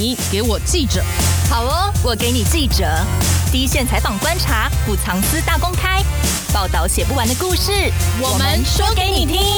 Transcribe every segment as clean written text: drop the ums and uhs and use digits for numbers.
你给我记者。 好哦，我给你记者，第一线采访观察，不藏私大公开，报道写不完的故事，我们说给你听。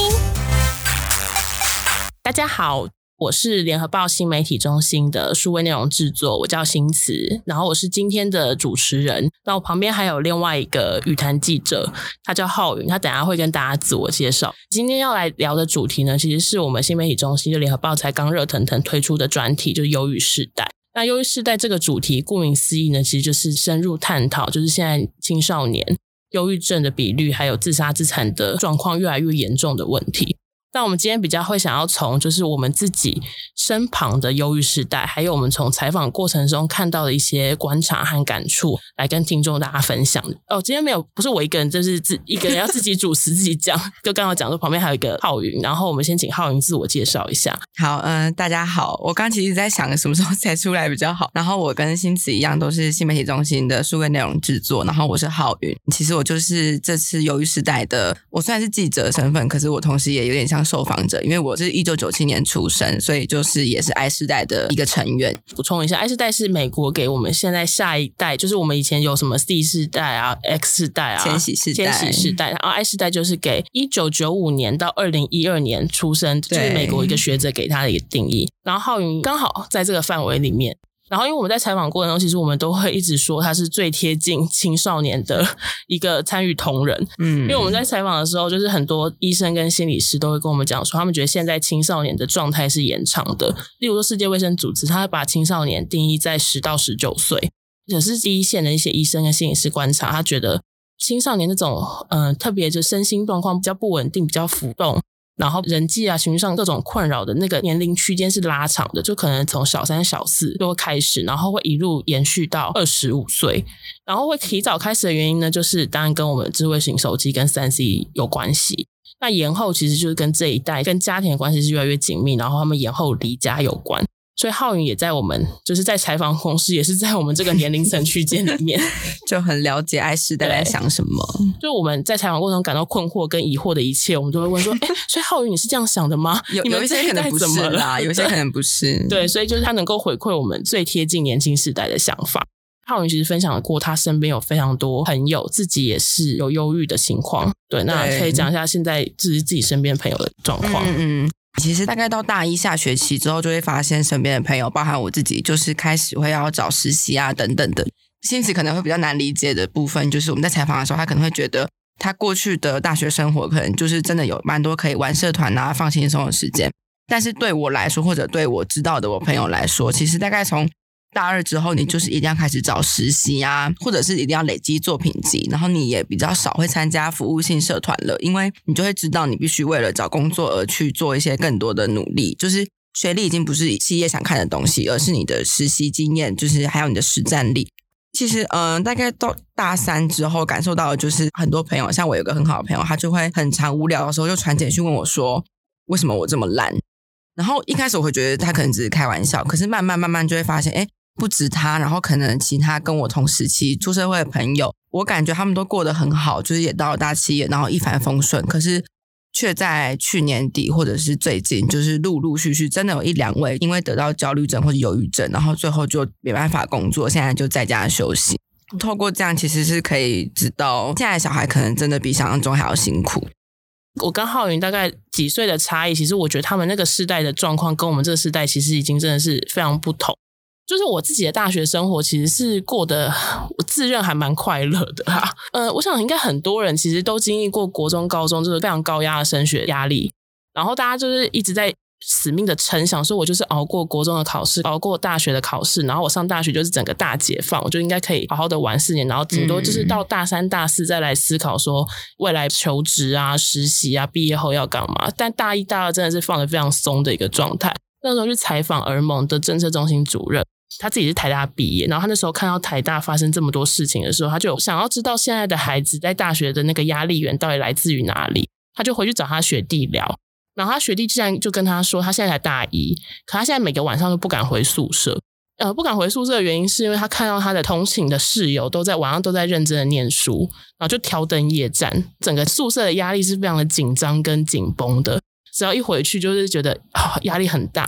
大家好，我是联合报新媒体中心的数位内容制作，我叫新慈，然后我是今天的主持人。那我旁边还有另外一个语坛记者，他叫浩云，他等一下会跟大家自我介绍。今天要来聊的主题呢，其实是我们新媒体中心就联合报才刚热腾腾推出的专题，就是忧郁世代。那忧郁世代这个主题顾名思义呢，其实就是深入探讨就是现在青少年忧郁症的比率还有自杀自残的状况越来越严重的问题。但我们今天比较会想要从就是我们自己身旁的忧郁世代，还有我们从采访过程中看到的一些观察和感触来跟听众大家分享。今天不是我一个人，就是一个人要自己主持自己讲，就刚刚讲说旁边还有一个浩云，然后我们先请浩云自我介绍一下。 好，大家好，我刚其实在想什么时候才出来比较好。然后我跟新慈一样都是新媒体中心的数位内容制作，然后我是浩云。其实我就是这次忧郁世代的，我虽然是记者的身份，可是我同时也有点像受访者，因为我是1997年出生，所以就是也是 I 世代的一个成员。 补充一下， I 世代是美国给我们现在下一代，就是我们以前有什么 Z 世代啊 X 世代啊千禧世代， 然后 I 世代就是给1995年到2012年出生，就是美国一个学者给他的一个定义。然后浩云刚好在这个范围里面，然后因为我们在采访过程中，其实我们都会一直说他是最贴近青少年的一个参与同仁。因为我们在采访的时候，就是很多医生跟心理师都会跟我们讲说，他们觉得现在青少年的状态是延长的。例如说世界卫生组织，他把青少年定义在10到19岁，可是第一线的一些医生跟心理师观察，他觉得青少年那种特别就身心状况比较不稳定，比较浮动，然后人际啊情绪上各种困扰的那个年龄区间是拉长的，就可能从小3小4就会开始，然后会一路延续到25岁。然后会提早开始的原因呢，就是当然跟我们智慧型手机跟 3C 有关系。那延后其实就是跟这一代跟家庭的关系是越来越紧密，然后他们延后离家有关。所以浩云也在我们就是在采访同时也是在我们这个年龄层区间里面就很了解 I 世代在想什么。 就我们在采访过程中感到困惑跟疑惑的一切，我们都会问说所以浩云你是这样想的吗？ 有一些可能不是啦，有一些可能不是对，所以就是他能够回馈我们最贴近年轻世代的想法。浩云其实分享过他身边有非常多朋友自己也是有忧郁的情况。对，那可以讲一下现在自己身边朋友的状况。 其实大概到大一下学期之后，就会发现身边的朋友包含我自己就是开始会要找实习啊等等的。新慈可能会比较难理解的部分，就是我们在采访的时候，他可能会觉得他过去的大学生活可能就是真的有蛮多可以玩社团啊放轻松的时间，但是对我来说，或者对我知道的我朋友来说，其实大概从大2之后，你就是一定要开始找实习啊，或者是一定要累积作品集，然后你也比较少会参加服务性社团了，因为你就会知道你必须为了找工作而去做一些更多的努力，就是学历已经不是企业想看的东西，而是你的实习经验，就是还有你的实战力。其实大概到大3之后感受到的就是很多朋友，像我有个很好的朋友，他就会很常无聊的时候就传简讯问我说为什么我这么烂。然后一开始我会觉得他可能只是开玩笑，可是慢慢就会发现不止他，然后可能其他跟我同时期出社会的朋友，我感觉他们都过得很好，就是也到了大企业，然后一帆风顺，可是却在去年底或者是最近就是陆陆续续真的有1-2位因为得到焦虑症或者忧郁症，然后最后就没办法工作，现在就在家休息。透过这样其实是可以知道现在的小孩可能真的比想象中还要辛苦。 我跟浩云大概几岁的差异，其实我觉得他们那个世代的状况跟我们这个世代其实已经真的是非常不同。就是我自己的大学生活其实是过得我自认还蛮快乐的啦。我想应该很多人其实都经历过国中高中就是非常高压的升学压力，然后大家就是一直在死命的撑，想说我就是熬过国中的考试，熬过大学的考试，然后我上大学就是整个大解放，我就应该可以好好的玩4年，然后顶多就是到大3大4再来思考说未来求职啊实习啊毕业后要干嘛。但大1大2真的是放得非常松的一个状态。那时候去采访儿盟的政策中心主任，他自己是台大毕业，然后他那时候看到台大发生这么多事情的时候，他就想要知道现在的孩子在大学的那个压力源到底来自于哪里。他就回去找他学弟聊，然后他学弟竟然就跟他说他现在才大1，可他现在每个晚上都不敢回宿舍。不敢回宿舍的原因是因为他看到他的同寝的室友都在晚上都在认真的念书，然后就挑灯夜战，整个宿舍的压力是非常的紧张跟紧绷的，只要一回去就是觉得压力很大。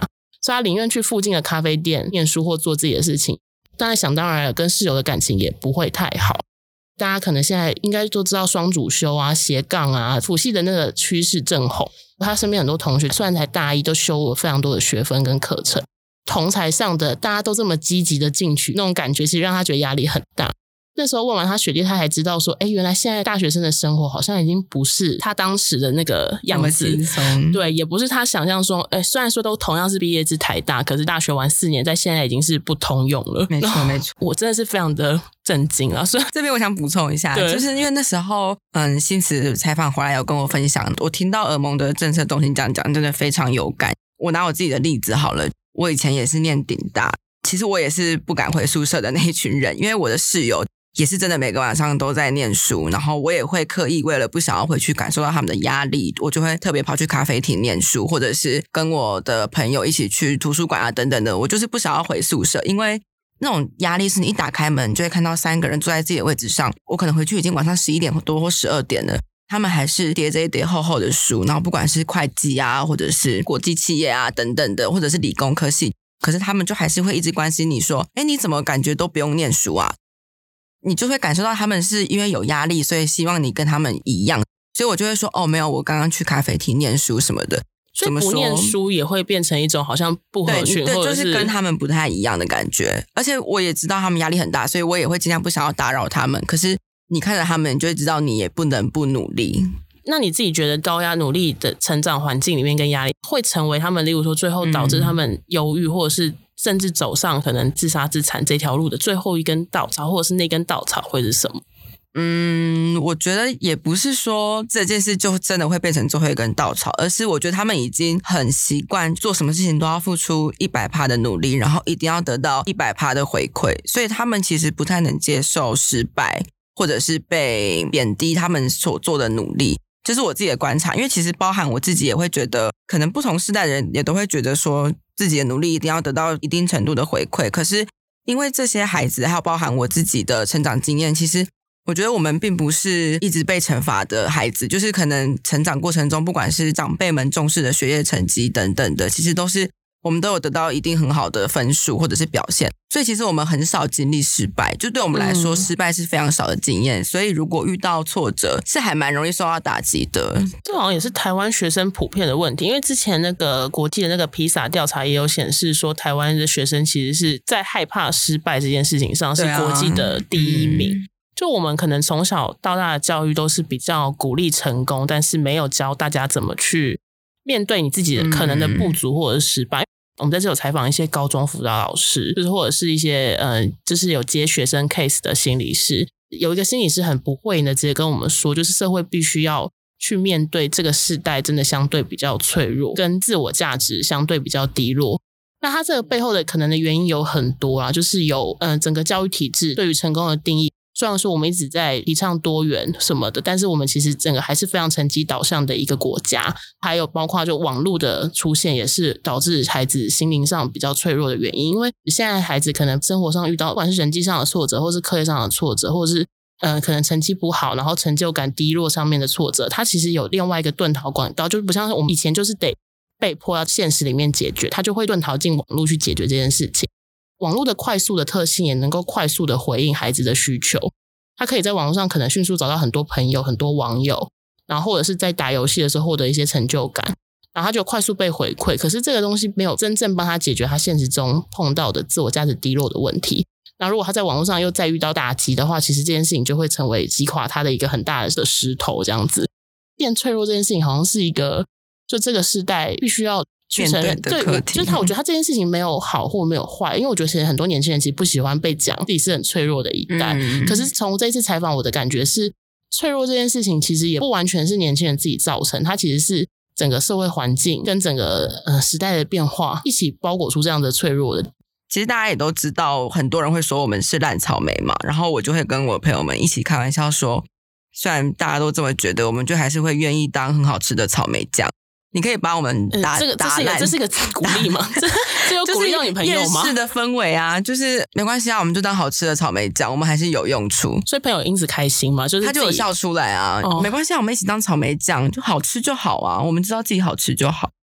所以他宁愿去附近的咖啡店念书或做自己的事情。当然想当然了，跟室友的感情也不会太好。大家可能现在应该都知道双主修啊、斜杠啊，辅系的那个趋势正红。他身边很多同学虽然才大一，都修了非常多的学分跟课程，同侪上的大家都这么积极的进取，那种感觉其实让他觉得压力很大。那时候问完他学弟，他还知道说原来现在大学生的生活好像已经不是他当时的那个样子，对，也不是他想象说虽然说都同样是毕业自台大，可是大学玩4年在现在已经是不通用了。 没错没错， 我真的是非常的震惊啊。所以这边我想补充一下，就是因为那时候新慈采访回来有跟我分享，我听到尔蒙的政策中心讲真的非常有感。我拿我自己的例子好了，我以前也是念顶大，其实我也是不敢回宿舍的那一群人，因为我的室友也是真的每个晚上都在念书，然后我也会刻意为了不想要回去感受到他们的压力，我就会特别跑去咖啡厅念书，或者是跟我的朋友一起去图书馆啊等等的，我就是不想要回宿舍，因为那种压力是你一打开门就会看到3个人坐在自己的位置上，我可能回去已经晚上11点多或12点了，他们还是叠着一叠厚厚的书，然后不管是会计啊或者是国际企业啊等等的，或者是理工科系，可是他们就还是会一直关心你说你怎么感觉都不用念书啊，你就会感受到他们是因为有压力，所以希望你跟他们一样，所以我就会说没有，我刚刚去咖啡厅念书什么的。 所以不念书也会变成一种好像不合群， 对， 或者就是跟他们不太一样的感觉。而且我也知道他们压力很大，所以我也会尽量不想要打扰他们，可是你看着他们，你就会知道你也不能不努力。 那你自己觉得高压努力的成长环境里面跟压力会成为他们例如说最后导致他们忧郁，或者是甚至走上可能自杀自残这条路的最后一根稻草，或者是那根稻草会是什么？ 我觉得也不是说这件事就真的会变成最后一根稻草，而是我觉得他们已经很习惯做什么事情都要付出 100% 的努力，然后一定要得到 100% 的回馈，所以他们其实不太能接受失败，或者是被贬低他们所做的努力。这是我自己的观察，因为其实包含我自己也会觉得，可能不同世代的人也都会觉得说自己的努力一定要得到一定程度的回馈，可是因为这些孩子还有包含我自己的成长经验，其实我觉得我们并不是一直被惩罚的孩子，就是可能成长过程中不管是长辈们重视的学业成绩等等的，其实都是我们都有得到一定很好的分数或者是表现，所以其实我们很少经历失败，就对我们来说失败是非常少的经验，所以如果遇到挫折是还蛮容易受到打击的。 这好像也是台湾学生普遍的问题，因为之前那个国际的那个披萨调查也有显示说，台湾的学生其实是在害怕失败这件事情上是国际的第一名。就我们可能从小到大的教育都是比较鼓励成功，但是没有教大家怎么去面对你自己的可能的不足或者是失败。我们在这有采访一些高中辅导老师，就是或者是一些就是有接学生 case 的心理师，有一个心理师很不讳的直接跟我们说，就是社会必须要去面对这个世代真的相对比较脆弱，跟自我价值相对比较低落。那它这个背后的可能的原因有很多啊，就是有整个教育体制对于成功的定义，虽然说我们一直在提倡多元什么的，但是我们其实整个还是非常成绩导向的一个国家，还有包括就网络的出现也是导致孩子心灵上比较脆弱的原因。因为现在孩子可能生活上遇到不管是人际上的挫折，或是课业上的挫折，或者是可能成绩不好然后成就感低落上面的挫折，它其实有另外一个遁逃管道，就不像我们以前就是得被迫要现实里面解决，它就会遁逃进网络去解决这件事情。网络的快速的特性也能够快速的回应孩子的需求，他可以在网络上可能迅速找到很多朋友很多网友，然后或者是在打游戏的时候获得一些成就感，然后他就快速被回馈，可是这个东西没有真正帮他解决他现实中碰到的自我价值低落的问题。那如果他在网络上又再遇到打击的话，其实这件事情就会成为击垮他的一个很大的石头，这样子变脆弱这件事情好像是一个就这个世代必须要去承认，对，就是我觉得他这件事情没有好或没有坏，因为我觉得其实很多年轻人其实不喜欢被讲自己是很脆弱的一代，可是从这一次采访我的感觉是，脆弱这件事情其实也不完全是年轻人自己造成，它其实是整个社会环境跟整个时代的变化一起包裹出这样的脆弱的。 其实大家也都知道，很多人会说我们是烂草莓嘛，然后我就会跟我朋友们一起开玩笑说，虽然大家都这么觉得，我们就还是会愿意当很好吃的草莓酱。你可以把我们打烂， 这是一个鼓励吗？这有鼓励到你朋友吗？ 夜市的氛围啊，就是没关系啊，我们就当好吃的草莓酱，我们还是有用处。 所以朋友因此开心嘛，就是他就有笑出来啊，没关系啊，我们一起当草莓酱，就好吃就好啊，我们知道自己好吃就好。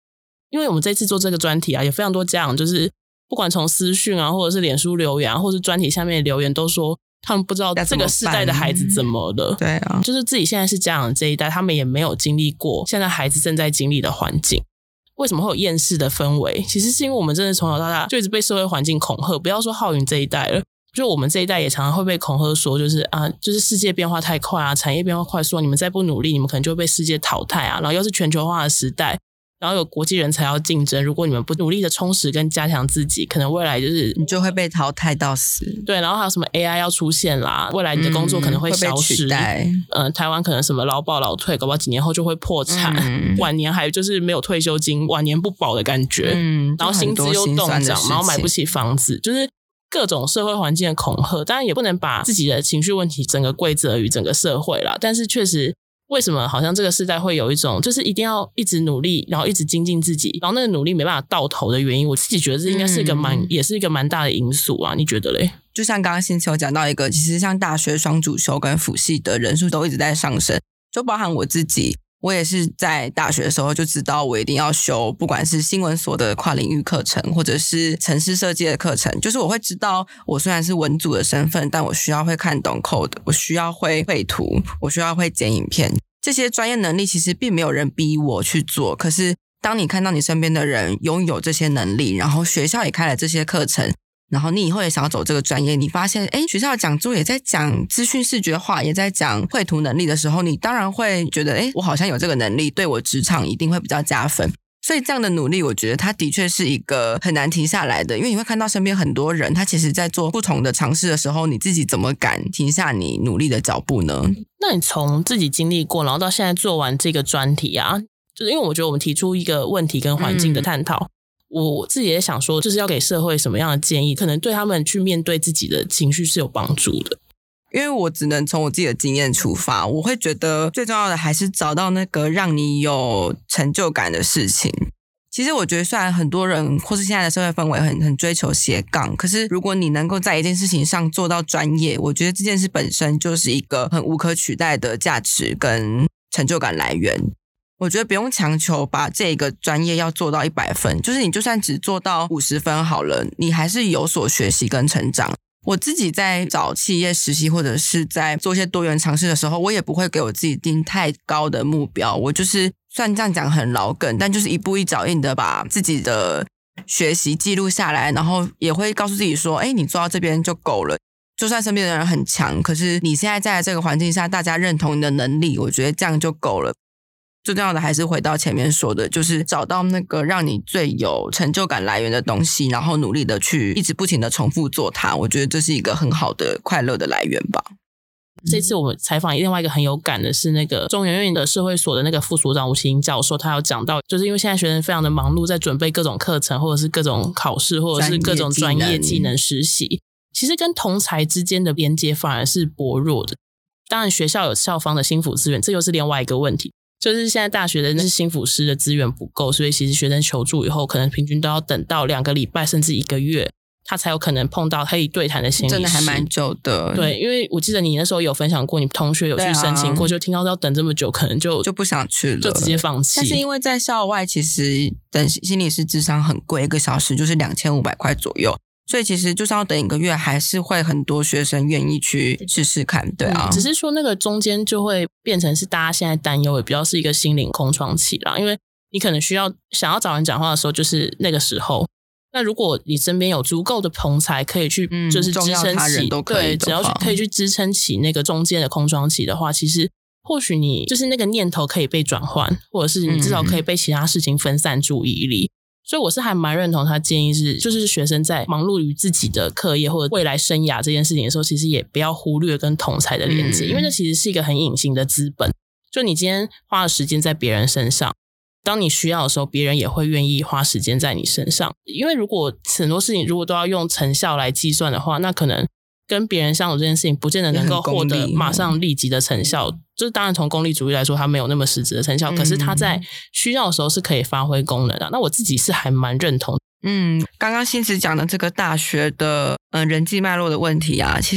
因为我们这次做这个专题啊，有非常多家长就是不管从私讯啊，或者是脸书留言啊，或者是专题下面的留言都说他们不知道这个世代的孩子怎么了。 对啊， 就是自己现在是家长这一代，他们也没有经历过现在孩子正在经历的环境。为什么会有厌世的氛围？其实是因为我们真的从小到大就一直被社会环境恐吓，不要说浩云这一代了，就我们这一代也常常会被恐吓说，就是世界变化太快啊，产业变化快速，你们再不努力，你们可能就会被世界淘汰啊。然后又是全球化的时代，然后有国际人才要竞争，如果你们不努力的充实跟加强自己，可能未来就是你就会被淘汰到死。 对，然后还有什么 AI 要出现啦，未来你的工作可能会消失， 会被取代。 台湾可能什么劳保劳退，搞不好几年后就会破产，晚年还就是没有退休金，晚年不保的感觉。然后薪资又冻涨，然后买不起房子，就是各种社会环境的恐吓。当然也不能把自己的情绪问题整个归责于整个社会啦，但是确实为什么好像这个世代会有一种就是一定要一直努力，然后一直精进自己，然后那个努力没办法到头的原因，我自己觉得这应该是一个也是一个蛮大的因素啊。你觉得嘞？ 就像刚刚星期有讲到一个，其实像大学双主修跟辅系的人数都一直在上升，就包含我自己，我也是在大学的时候就知道我一定要修，不管是新闻所的跨领域课程，或者是程式设计的课程，就是我会知道我虽然是文组的身份，但我需要会看懂 code， 我需要会绘图，我需要会剪影片，这些专业能力其实并没有人逼我去做，可是当你看到你身边的人拥有这些能力，然后学校也开了这些课程，然后你以后也想要走这个专业，你发现学校的讲座也在讲资讯视觉化，也在讲绘图能力的时候，你当然会觉得我好像有这个能力，对我职场一定会比较加分。所以这样的努力我觉得它的确是一个很难停下来的，因为你会看到身边很多人他其实在做不同的尝试的时候，你自己怎么敢停下你努力的脚步呢？ 那你从自己经历过然后到现在做完这个专题啊，就是因为我觉得我们提出一个问题跟环境的探讨，我自己也想说就是要给社会什么样的建议，可能对他们去面对自己的情绪是有帮助的。 因为我只能从我自己的经验出发，我会觉得最重要的还是找到那个让你有成就感的事情。其实我觉得虽然很多人或是现在的社会氛围很追求斜杠，可是如果你能够在一件事情上做到专业，我觉得这件事本身就是一个很无可取代的价值跟成就感来源。我觉得不用强求把这个专业要做到100分，就是你就算只做到50分好了，你还是有所学习跟成长。我自己在找企业实习或者是在做一些多元尝试的时候，我也不会给我自己定太高的目标，我就是虽然这样讲很老梗，但就是一步一脚印的把自己的学习记录下来，然后也会告诉自己说你做到这边就够了。就算身边的人很强，可是你现在在这个环境下大家认同你的能力，我觉得这样就够了。最重要的还是回到前面说的，就是找到那个让你最有成就感来源的东西，然后努力的去一直不停的重复做它，我觉得这是一个很好的快乐的来源吧。 这次我们采访另外一个很有感的是那个中研院的社会所的那个副所长吴奇英教授，他有讲到就是因为现在学生非常的忙碌，在准备各种课程或者是各种考试或者是各种专业技能实习，其实跟同侪之间的连接反而是薄弱的。当然学校有校方的心辅资源，这又是另外一个问题，就是现在大学的那些心辅师的资源不够，所以其实学生求助以后可能平均都要等到2个礼拜甚至1个月他才有可能碰到可以对谈的心理师， 真的还蛮久的。 对，因为我记得你那时候有分享过你同学有去申请过，就听到要等这么久可能就不想去了， 就直接放弃。 但是因为在校外其实等心理师咨商很贵，1个小时就是2500块左右，所以其实就算要等1个月还是会很多学生愿意去试试看。对啊， 只是说那个中间就会变成是大家现在担忧也比较是一个心灵空窗期啦，因为你可能想要找人讲话的时候就是那个时候，那如果你身边有足够的同侪可以去就是支撑起，对，只要可以去支撑起那个中间的空窗期的话，其实或许你就是那个念头可以被转换，或者是你至少可以被其他事情分散注意力。所以我是还蛮认同他建议是，就是学生在忙碌于自己的课业或者未来生涯这件事情的时候，其实也不要忽略跟同侪的连接，因为这其实是一个很隐形的资本。就你今天花了时间在别人身上，当你需要的时候，别人也会愿意花时间在你身上。因为如果很多事情如果都要用成效来计算的话，那可能跟别人相处这件事情不见得能够获得马上立即的成效。就是当然从功利主义来说它没有那么实质的成效，可是它在需要的时候是可以发挥功能的。那我自己是还蛮认同。 刚刚新慈讲的这个大学的人际脉络的问题啊，其实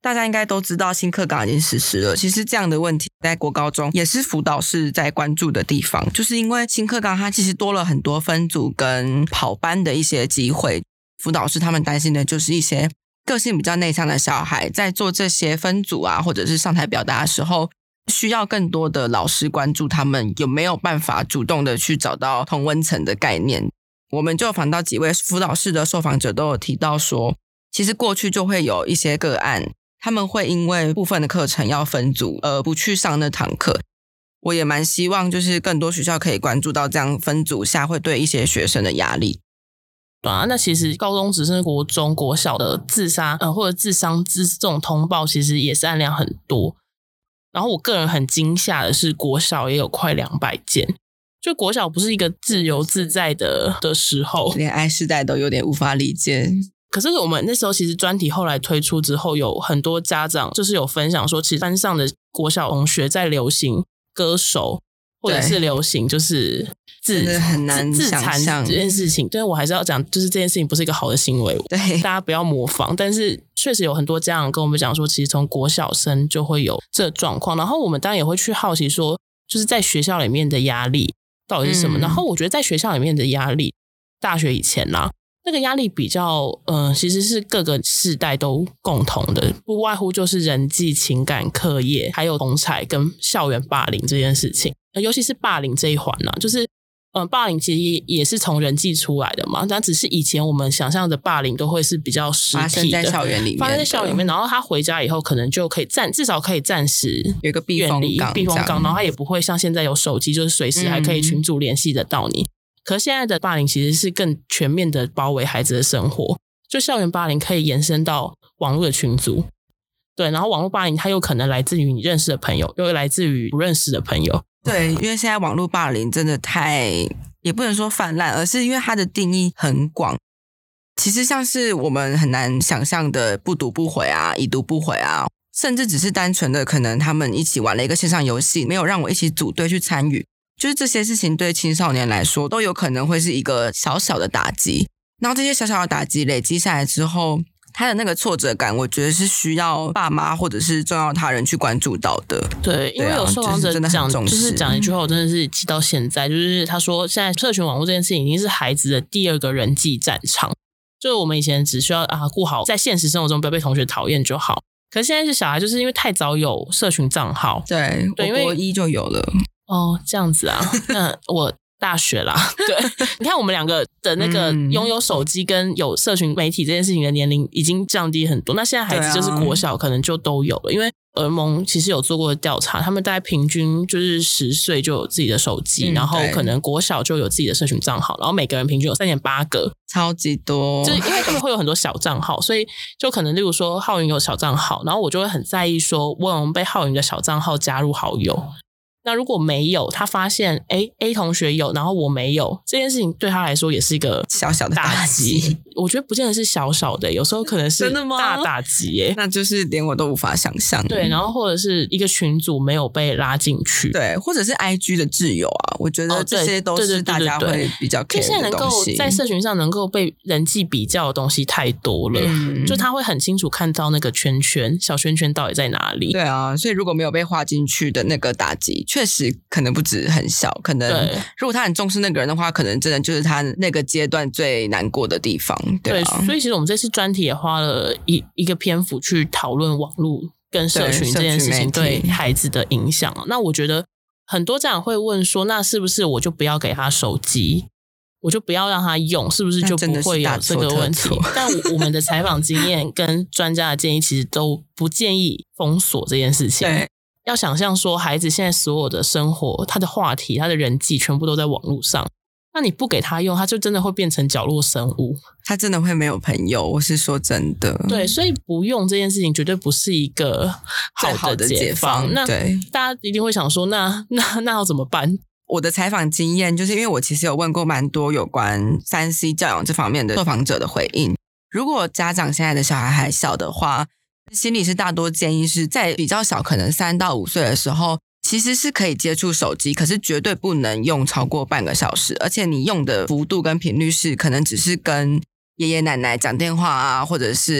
大家应该都知道新课纲已经实施了，其实这样的问题在国高中也是辅导室在关注的地方，就是因为新课纲它其实多了很多分组跟跑班的一些机会，辅导室他们担心的就是一些个性比较内向的小孩在做这些分组啊或者是上台表达的时候，需要更多的老师关注他们有没有办法主动的去找到同温层的概念。我们就访到几位辅导室的受访者都有提到说，其实过去就会有一些个案，他们会因为部分的课程要分组而不去上那堂课。我也蛮希望就是更多学校可以关注到这样分组下会对一些学生的压力。 对啊，那其实高中只是国中国小的自杀或者自伤这种通报其实也是案量很多。然后我个人很惊吓的是国小也有快200件，就国小不是一个自由自在的时候， 连I世代都有点无法理解。 可是我们那时候其实专题后来推出之后，有很多家长就是有分享说，其实班上的国小同学在流行歌手或者是流行就是真的很难自想象残这件事情，但是我还是要讲，就是这件事情不是一个好的行为， 对， 大家不要模仿。但是确实有很多家长跟我们讲说，其实从国小生就会有这状况，然后我们当然也会去好奇说，就是在学校里面的压力到底是什么。然后我觉得在学校里面的压力，大学以前啦，那个压力比较其实是各个世代都共同的，不外乎就是人际、情感、课业，还有同侪跟校园霸凌这件事情。尤其是霸凌这一环啦，就是霸凌其实也是从人际出来的嘛，但只是以前我们想象的霸凌都会是比较实体的， 发生在校园里面， 发生在校园里面，然后他回家以后可能就可以至少可以暂时有一个避风港， 然后他也不会像现在有手机，就是随时还可以群组联系得到你。可是现在的霸凌其实是更全面的包围孩子的生活，就校园霸凌可以延伸到网络的群组，对，然后网络霸凌它有可能来自于你认识的朋友，又来自于不认识的朋友。 对，因为现在网络霸凌真的也不能说泛滥，而是因为它的定义很广。其实像是我们很难想象的不读不回啊，已读不回啊，甚至只是单纯的可能他们一起玩了一个线上游戏，没有让我一起组队去参与，就是这些事情对青少年来说都有可能会是一个小小的打击。然后这些小小的打击累积下来之后，他的那个挫折感，我觉得是需要爸妈或者是重要他人去关注到的。 对，因为有受访者就是讲一句话，我真的是记到现在，就是他说现在社群网络这件事情已经是孩子的第二个人际战场。就是我们以前只需要顾好在现实生活中不要被同学讨厌就好，可是现在是小孩就是因为太早有社群账号， 对，我国一就有了。 哦，这样子啊，那我大学啦，对，你看我们两个的那个拥有手机跟有社群媒体这件事情的年龄已经降低很多，那现在孩子就是国小可能就都有了，因为儿盟其实有做过调查，他们大概平均就是10岁就有自己的手机，然后可能国小就有自己的社群账号，然后每个人平均有 3.8 个， 超级多， 就是因为他们会有很多小账号，所以就可能例如说浩云有小账号，然后我就会很在意说我有被浩云的小账号加入好友，那如果没有，他发现A 同学有，然后我没有，这件事情对他来说也是一个小小的打击。 我觉得不见得是小小的，有时候可能是大打击耶。 那就是连我都无法想象。 对，然后或者是一个群组没有被拉进去， 对，或者是 IG 的挚友啊，我觉得这些都是大家会比较 care 的东西。 现在能够在社群上能够被人际比较的东西太多了，就他会很清楚看到那个圈圈小圈圈到底在哪里。 对啊，所以如果没有被划进去的那个打击，确实可能不止很小，可能如果他很重视那个人的话，可能真的就是他那个阶段最难过的地方。对啊， 所以其实我们这次专题也花了一个篇幅去讨论网络跟社群这件事情对孩子的影响。那我觉得很多家长会问说，那是不是我就不要给他手机，我就不要让他用，是不是就不会有这个问题？但我们的采访经验跟专家的建议其实都不建议封锁这件事情。 对， 要想象说孩子现在所有的生活，他的话题，他的人际全部都在网络上，那你不给他用，他就真的会变成角落生物， 他真的会没有朋友，我是说真的。 对，所以不用这件事情绝对不是一个好的解放。那对， 大家一定会想说，那要怎么办？ 我的采访经验就是因为我其实有问过蛮多有关 3C 教养这方面的受访者的回应。如果家长现在的小孩还小的话，心理师大多建议是在比较小，可能3到5岁的时候，其实是可以接触手机，可是绝对不能用超过半个小时，而且你用的幅度跟频率是可能只是跟爷爷奶奶讲电话啊，或者是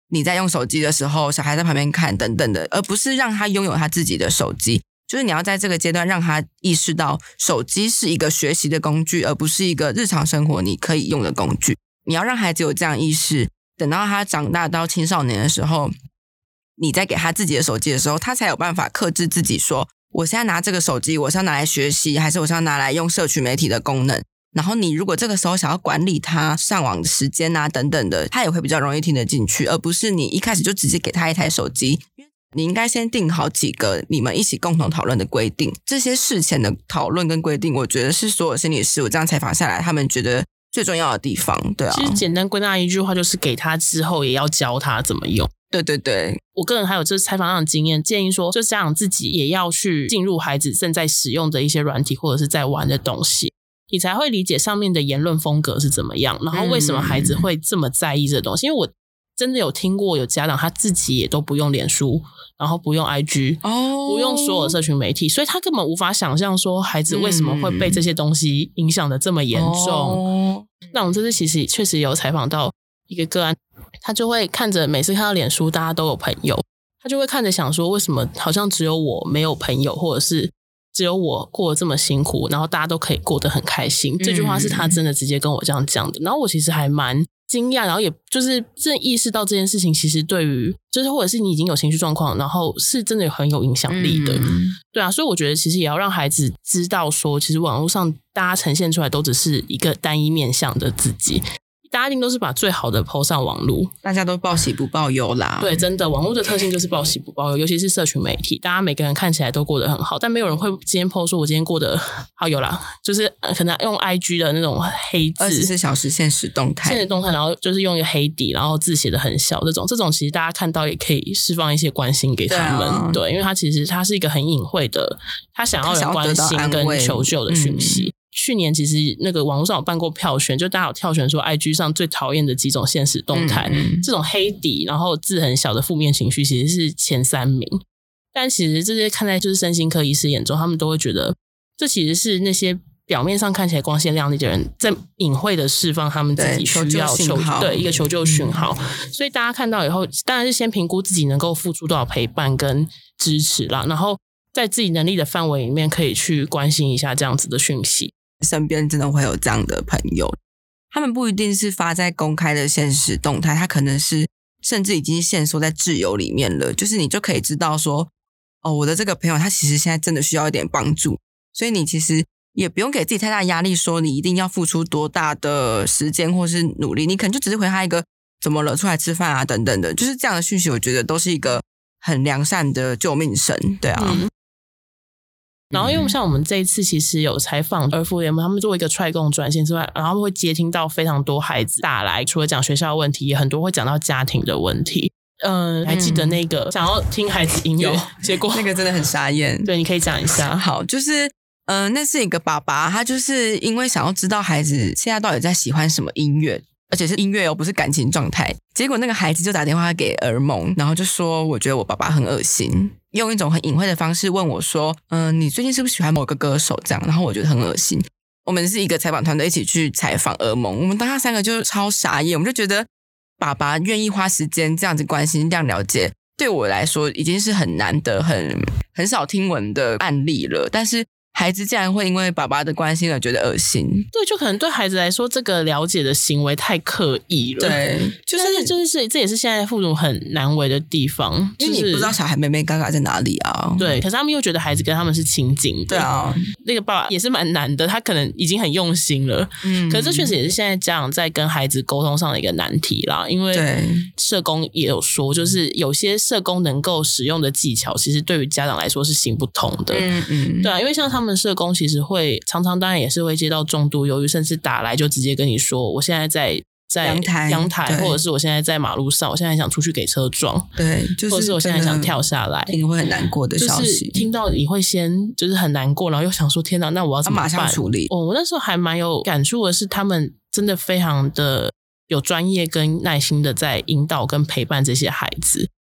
你在用手机的时候，小孩在旁边看等等的，而不是让他拥有他自己的手机。就是你要在这个阶段让他意识到手机是一个学习的工具，而不是一个日常生活你可以用的工具。你要让孩子有这样意识，等到他长大到青少年的时候，你在给他自己的手机的时候，他才有办法克制自己说，我现在拿这个手机我是要拿来学习，还是我是要拿来用社群媒体的功能。然后你如果这个时候想要管理他上网的时间啊等等的，他也会比较容易听得进去，而不是你一开始就直接给他一台手机。你应该先定好几个你们一起共同讨论的规定，这些事前的讨论跟规定，我觉得是所有心理师我这样采访下来他们觉得最重要的地方。对啊， 其实简单归纳一句话，就是给他之后也要教他怎么用。 对对对， 我个人还有这采访上的经验，建议说，就家长自己也要去进入孩子正在使用的一些软体或者是在玩的东西，你才会理解上面的言论风格是怎么样，然后为什么孩子会这么在意这东西。因为我真的有听过有家长他自己也都不用脸书，然后不用 IG，不用所有社群媒体，所以他根本无法想象说孩子为什么会被这些东西影响的这么严重。那我们这次其实确实有采访到一个个案，他就会看着每次看到脸书大家都有朋友，他就会看着想说为什么好像只有我没有朋友，或者是只有我过得这么辛苦，然后大家都可以过得很开心。这句话是他真的直接跟我这样讲的，然后我其实还蛮惊讶，然后也就是真的意识到这件事情其实对于就是或者是你已经有情绪状况，然后是真的很有影响力的。对啊，所以我觉得其实也要让孩子知道说，其实网络上大家呈现出来都只是一个单一面向的自己，大家一定都是把最好的 po 上网络， 大家都报喜不报忧啦。 对，真的，网络的特性就是报喜不报忧，尤其是社群媒体，大家每个人看起来都过得很好，但没有人会今天 po 说我今天过得好。有啦，就是可能用 IG 的那种黑字 24小时限时动态， 然后就是用一个黑底，然后字写得很小，这种其实大家看到也可以释放一些关心给他们。对，因为他其实他是一个很隐晦的，他想要有关心跟求救的讯息。去年其实那个网络上有办过票选，就大家有跳选说 IG 上最讨厌的几种现实动态，这种黑底然后字很小的负面情绪其实是前3名。但其实这些看在就是身心科医师眼中，他们都会觉得这其实是那些表面上看起来光鲜亮丽的人在隐晦的释放他们自己需要对一个求救讯号。所以大家看到以后当然是先评估自己能够付出多少陪伴跟支持啦，然后在自己能力的范围里面可以去关心一下这样子的讯息。 身边真的会有这样的朋友，他们不一定是发在公开的现实动态，他可能是甚至已经限缩在挚友里面了，就是你就可以知道说，哦，我的这个朋友他其实现在真的需要一点帮助，所以你其实也不用给自己太大压力说你一定要付出多大的时间或是努力，你可能就只是回他一个怎么了，出来吃饭啊等等的，就是这样的讯息我觉得都是一个很良善的救命神。对啊， 然后因为像我们这一次其实有采访儿福联盟，他们作为一个踹共专线之外，然后他们会接听到非常多孩子打来，除了讲学校的问题，也很多会讲到家庭的问题。还记得那个想要听孩子音乐，结果那个真的很傻眼。 对，你可以讲一下。 好，就是那是一个爸爸，他就是因为想要知道孩子现在到底在喜欢什么音乐，而且是音乐哦，不是感情状态。结果那个孩子就打电话给儿盟，然后就说我觉得我爸爸很恶心，用一种很隐晦的方式问我说你最近是不是喜欢某个歌手这样，然后我觉得很恶心。我们是一个采访团队一起去采访儿盟，我们当下3个就超傻眼，我们就觉得爸爸愿意花时间这样子关心这样了解，对我来说已经是很难得很少听闻的案例了，但是孩子竟然会因为爸爸的关心而觉得恶心。 对，就可能对孩子来说这个了解的行为太刻意了。 对， 就是这也是现在父母很难为的地方， 因为你不知道小孩妹妹嘎嘎在哪里啊。 对，可是他们又觉得孩子跟他们是亲近的。 对啊， 那个爸爸也是蛮难的，他可能已经很用心了，可是这确实也是现在家长在跟孩子沟通上的一个难题啦。因为社工也有说，就是有些社工能够使用的技巧，其实对于家长来说是行不通的。对啊，因为像他们社工其实会常常当然也是会接到重度忧郁，甚至打来就直接跟你说我现在在阳台或者是我现在在马路上，我现在想出去给车撞，对， 就是或者是我现在想跳下来， 听会很难过的消息， 就是听到你会先就是很难过，然后又想说天哪，那我要怎么办？ 马上处理。 我那时候还蛮有感触的是，他们真的非常的有专业跟耐心的在引导跟陪伴这些孩子。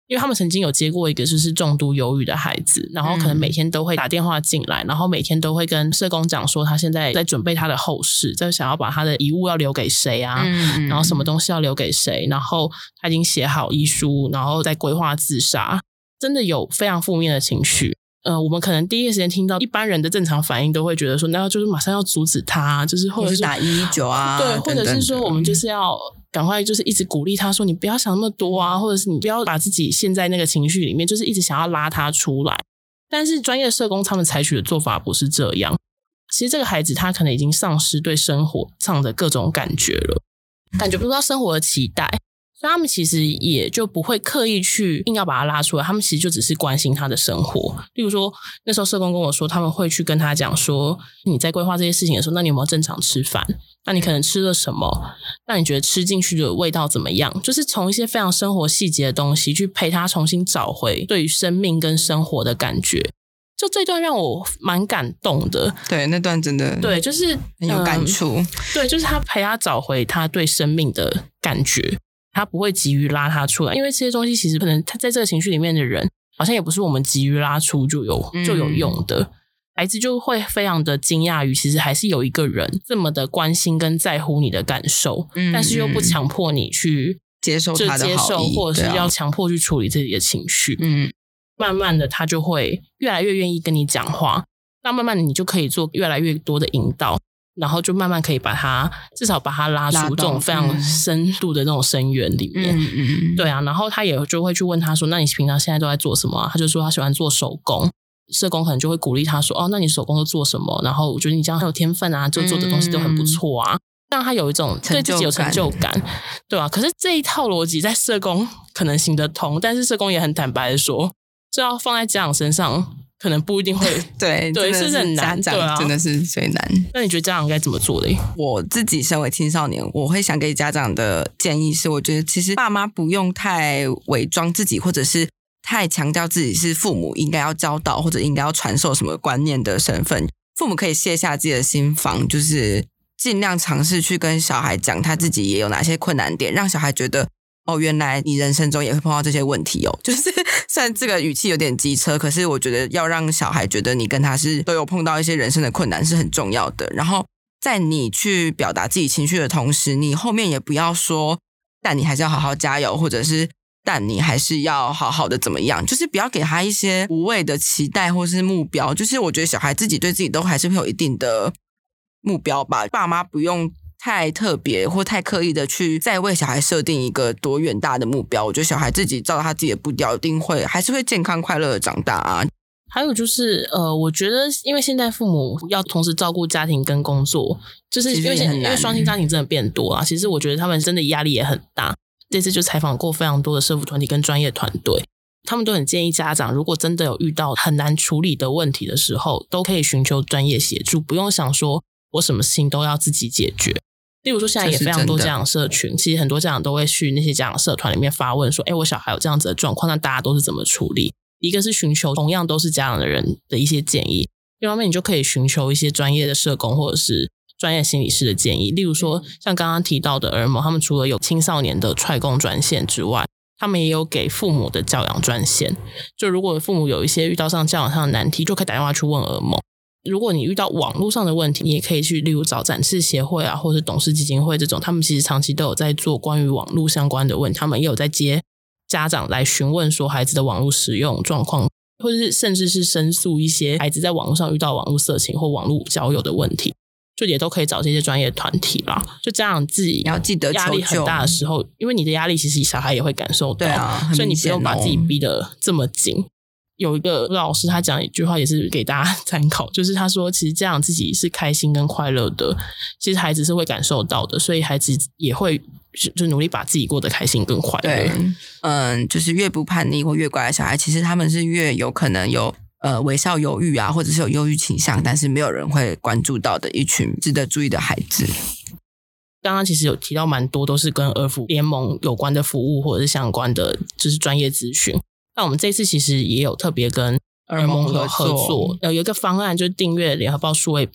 因为他们曾经有接过一个就是重度忧郁的孩子，然后可能每天都会打电话进来，然后每天都会跟社工讲说他现在在准备他的后事，在想要把他的遗物要留给谁啊，然后什么东西要留给谁，然后他已经写好遗书，然后在规划自杀，真的有非常负面的情绪。我们可能第一时间听到一般人的正常反应都会觉得说那就是马上要阻止他，就是或者是打119啊， 对，或者是说我们就是要赶快就是一直鼓励他说你不要想那么多啊，或者是你不要把自己陷在那个情绪里面，就是一直想要拉他出来。但是专业社工他们采取的做法不是这样，其实这个孩子他可能已经丧失对生活上的各种感觉了，感觉不到生活的期待，所以他们其实也就不会刻意去硬要把他拉出来，他们其实就只是关心他的生活。例如说那时候社工跟我说他们会去跟他讲说你在规划这些事情的时候，那你有没有正常吃饭，那你可能吃了什么，那你觉得吃进去的味道怎么样，就是从一些非常生活细节的东西去陪他重新找回对于生命跟生活的感觉。就这段让我蛮感动的， 对，那段真的对，就是很有感触， 对，就是他陪他找回他对生命的感觉，他不会急于拉他出来，因为这些东西其实可能他在这个情绪里面的人好像也不是我们急于拉出就有用的。孩子就会非常的惊讶于其实还是有一个人这么的关心跟在乎你的感受，但是又不强迫你去接受他的好意， 或者是要强迫去处理自己的情绪。慢慢的他就会越来越愿意跟你讲话，那慢慢的你就可以做越来越多的引导，然后就慢慢可以把他至少把他拉出这种非常深度的那种深渊里面。对啊，然后他也就会去问他说那你平常现在都在做什么啊？他就说他喜欢做手工，社工可能就会鼓励他说那你手工都做什么，然后我觉得你这样很有天分啊，就做的东西都很不错啊，让他有一种对自己有成就感。对啊，可是这一套逻辑在社工可能行得通，但是社工也很坦白的说这要放在家长身上可能不一定会对， 是很难， 家长真的是最难。 那你觉得家长该怎么做的？ 我自己身为青少年，我会想给家长的建议是，我觉得其实爸妈不用太伪装自己，或者是太强调自己是父母应该要教导或者应该要传授什么观念的身份。父母可以卸下自己的心防，就是尽量尝试去跟小孩讲他自己也有哪些困难点，让小孩觉得原来你人生中也会碰到这些问题就是虽然这个语气有点机车，可是我觉得要让小孩觉得你跟他是都有碰到一些人生的困难是很重要的。然后在你去表达自己情绪的同时，你后面也不要说但你还是要好好加油，或者是但你还是要好好的怎么样，就是不要给他一些无谓的期待或是目标。就是我觉得小孩自己对自己都还是会有一定的目标吧，爸妈不用太特别或太刻意的去再为小孩设定一个多远大的目标。我觉得小孩自己照他自己的步调一定会还是会健康快乐的长大啊。 还有就是我觉得因为现在父母要同时照顾家庭跟工作，就是因为双薪家庭真的变多啊，其实我觉得他们真的压力也很大。这次就采访过非常多的社福团体跟专业团队，他们都很建议家长如果真的有遇到很难处理的问题的时候，都可以寻求专业协助，不用想说我什么事情都要自己解决。例如说现在也非常多家长社群，其实很多家长都会去那些家长社团里面发问说我小孩有这样子的状况，那大家都是怎么处理。一个是寻求同样都是家长的人的一些建议，另外一方面你就可以寻求一些专业的社工或者是专业心理师的建议。例如说像刚刚提到的儿盟，他们除了有青少年的踹共专线之外，他们也有给父母的教养专线，就如果父母有一些遇到上教养上的难题，就可以打电话去问儿盟。如果你遇到网络上的问题，你也可以去例如找展翅协会啊，或是董事基金会这种，他们其实长期都有在做关于网络相关的问题，他们也有在接家长来询问说孩子的网络使用状况，或者是甚至是申诉一些孩子在网络上遇到网络色情或网络交友的问题，就也都可以找这些专业团体啦。就家长自己要记得压力很大的时候，因为你的压力其实小孩也会感受到， 对啊， 所以你不用把自己逼得这么紧。有一个老师他讲一句话也是给大家参考，就是他说其实家长自己是开心跟快乐的，其实孩子是会感受到的，所以孩子也会就努力把自己过得开心跟快乐。 对，就是越不叛逆或越乖的小孩，其实他们是越有可能有微笑忧郁啊，或者是有忧郁倾向，但是没有人会关注到的一群值得注意的孩子。 刚刚其实有提到蛮多都是跟儿福联盟有关的服务或者是相关的就是专业咨询。那我们这次其实也有特别跟儿盟合作，有一个方案就是订阅联合报数位版，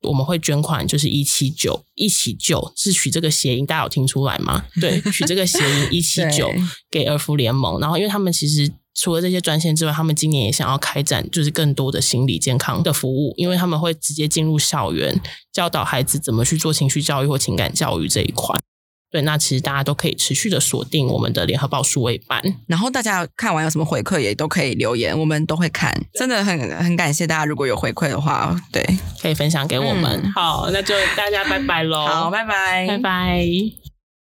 我们会捐款，就是179一起救，是取这个谐音，大家有听出来吗？对，取这个谐音179给儿福联盟。然后因为他们其实除了这些专线之外，他们今年也想要开展就是更多的心理健康的服务，因为他们会直接进入校园教导孩子怎么去做情绪教育或情感教育这一块。对，那其实大家都可以持续的锁定我们的联合报数位版， 然后大家看完有什么回馈也都可以留言，我们都会看。真的很感谢大家，如果有回馈的话，对， 可以分享给我们。好，那就大家拜拜咯。 好，拜拜， 拜拜。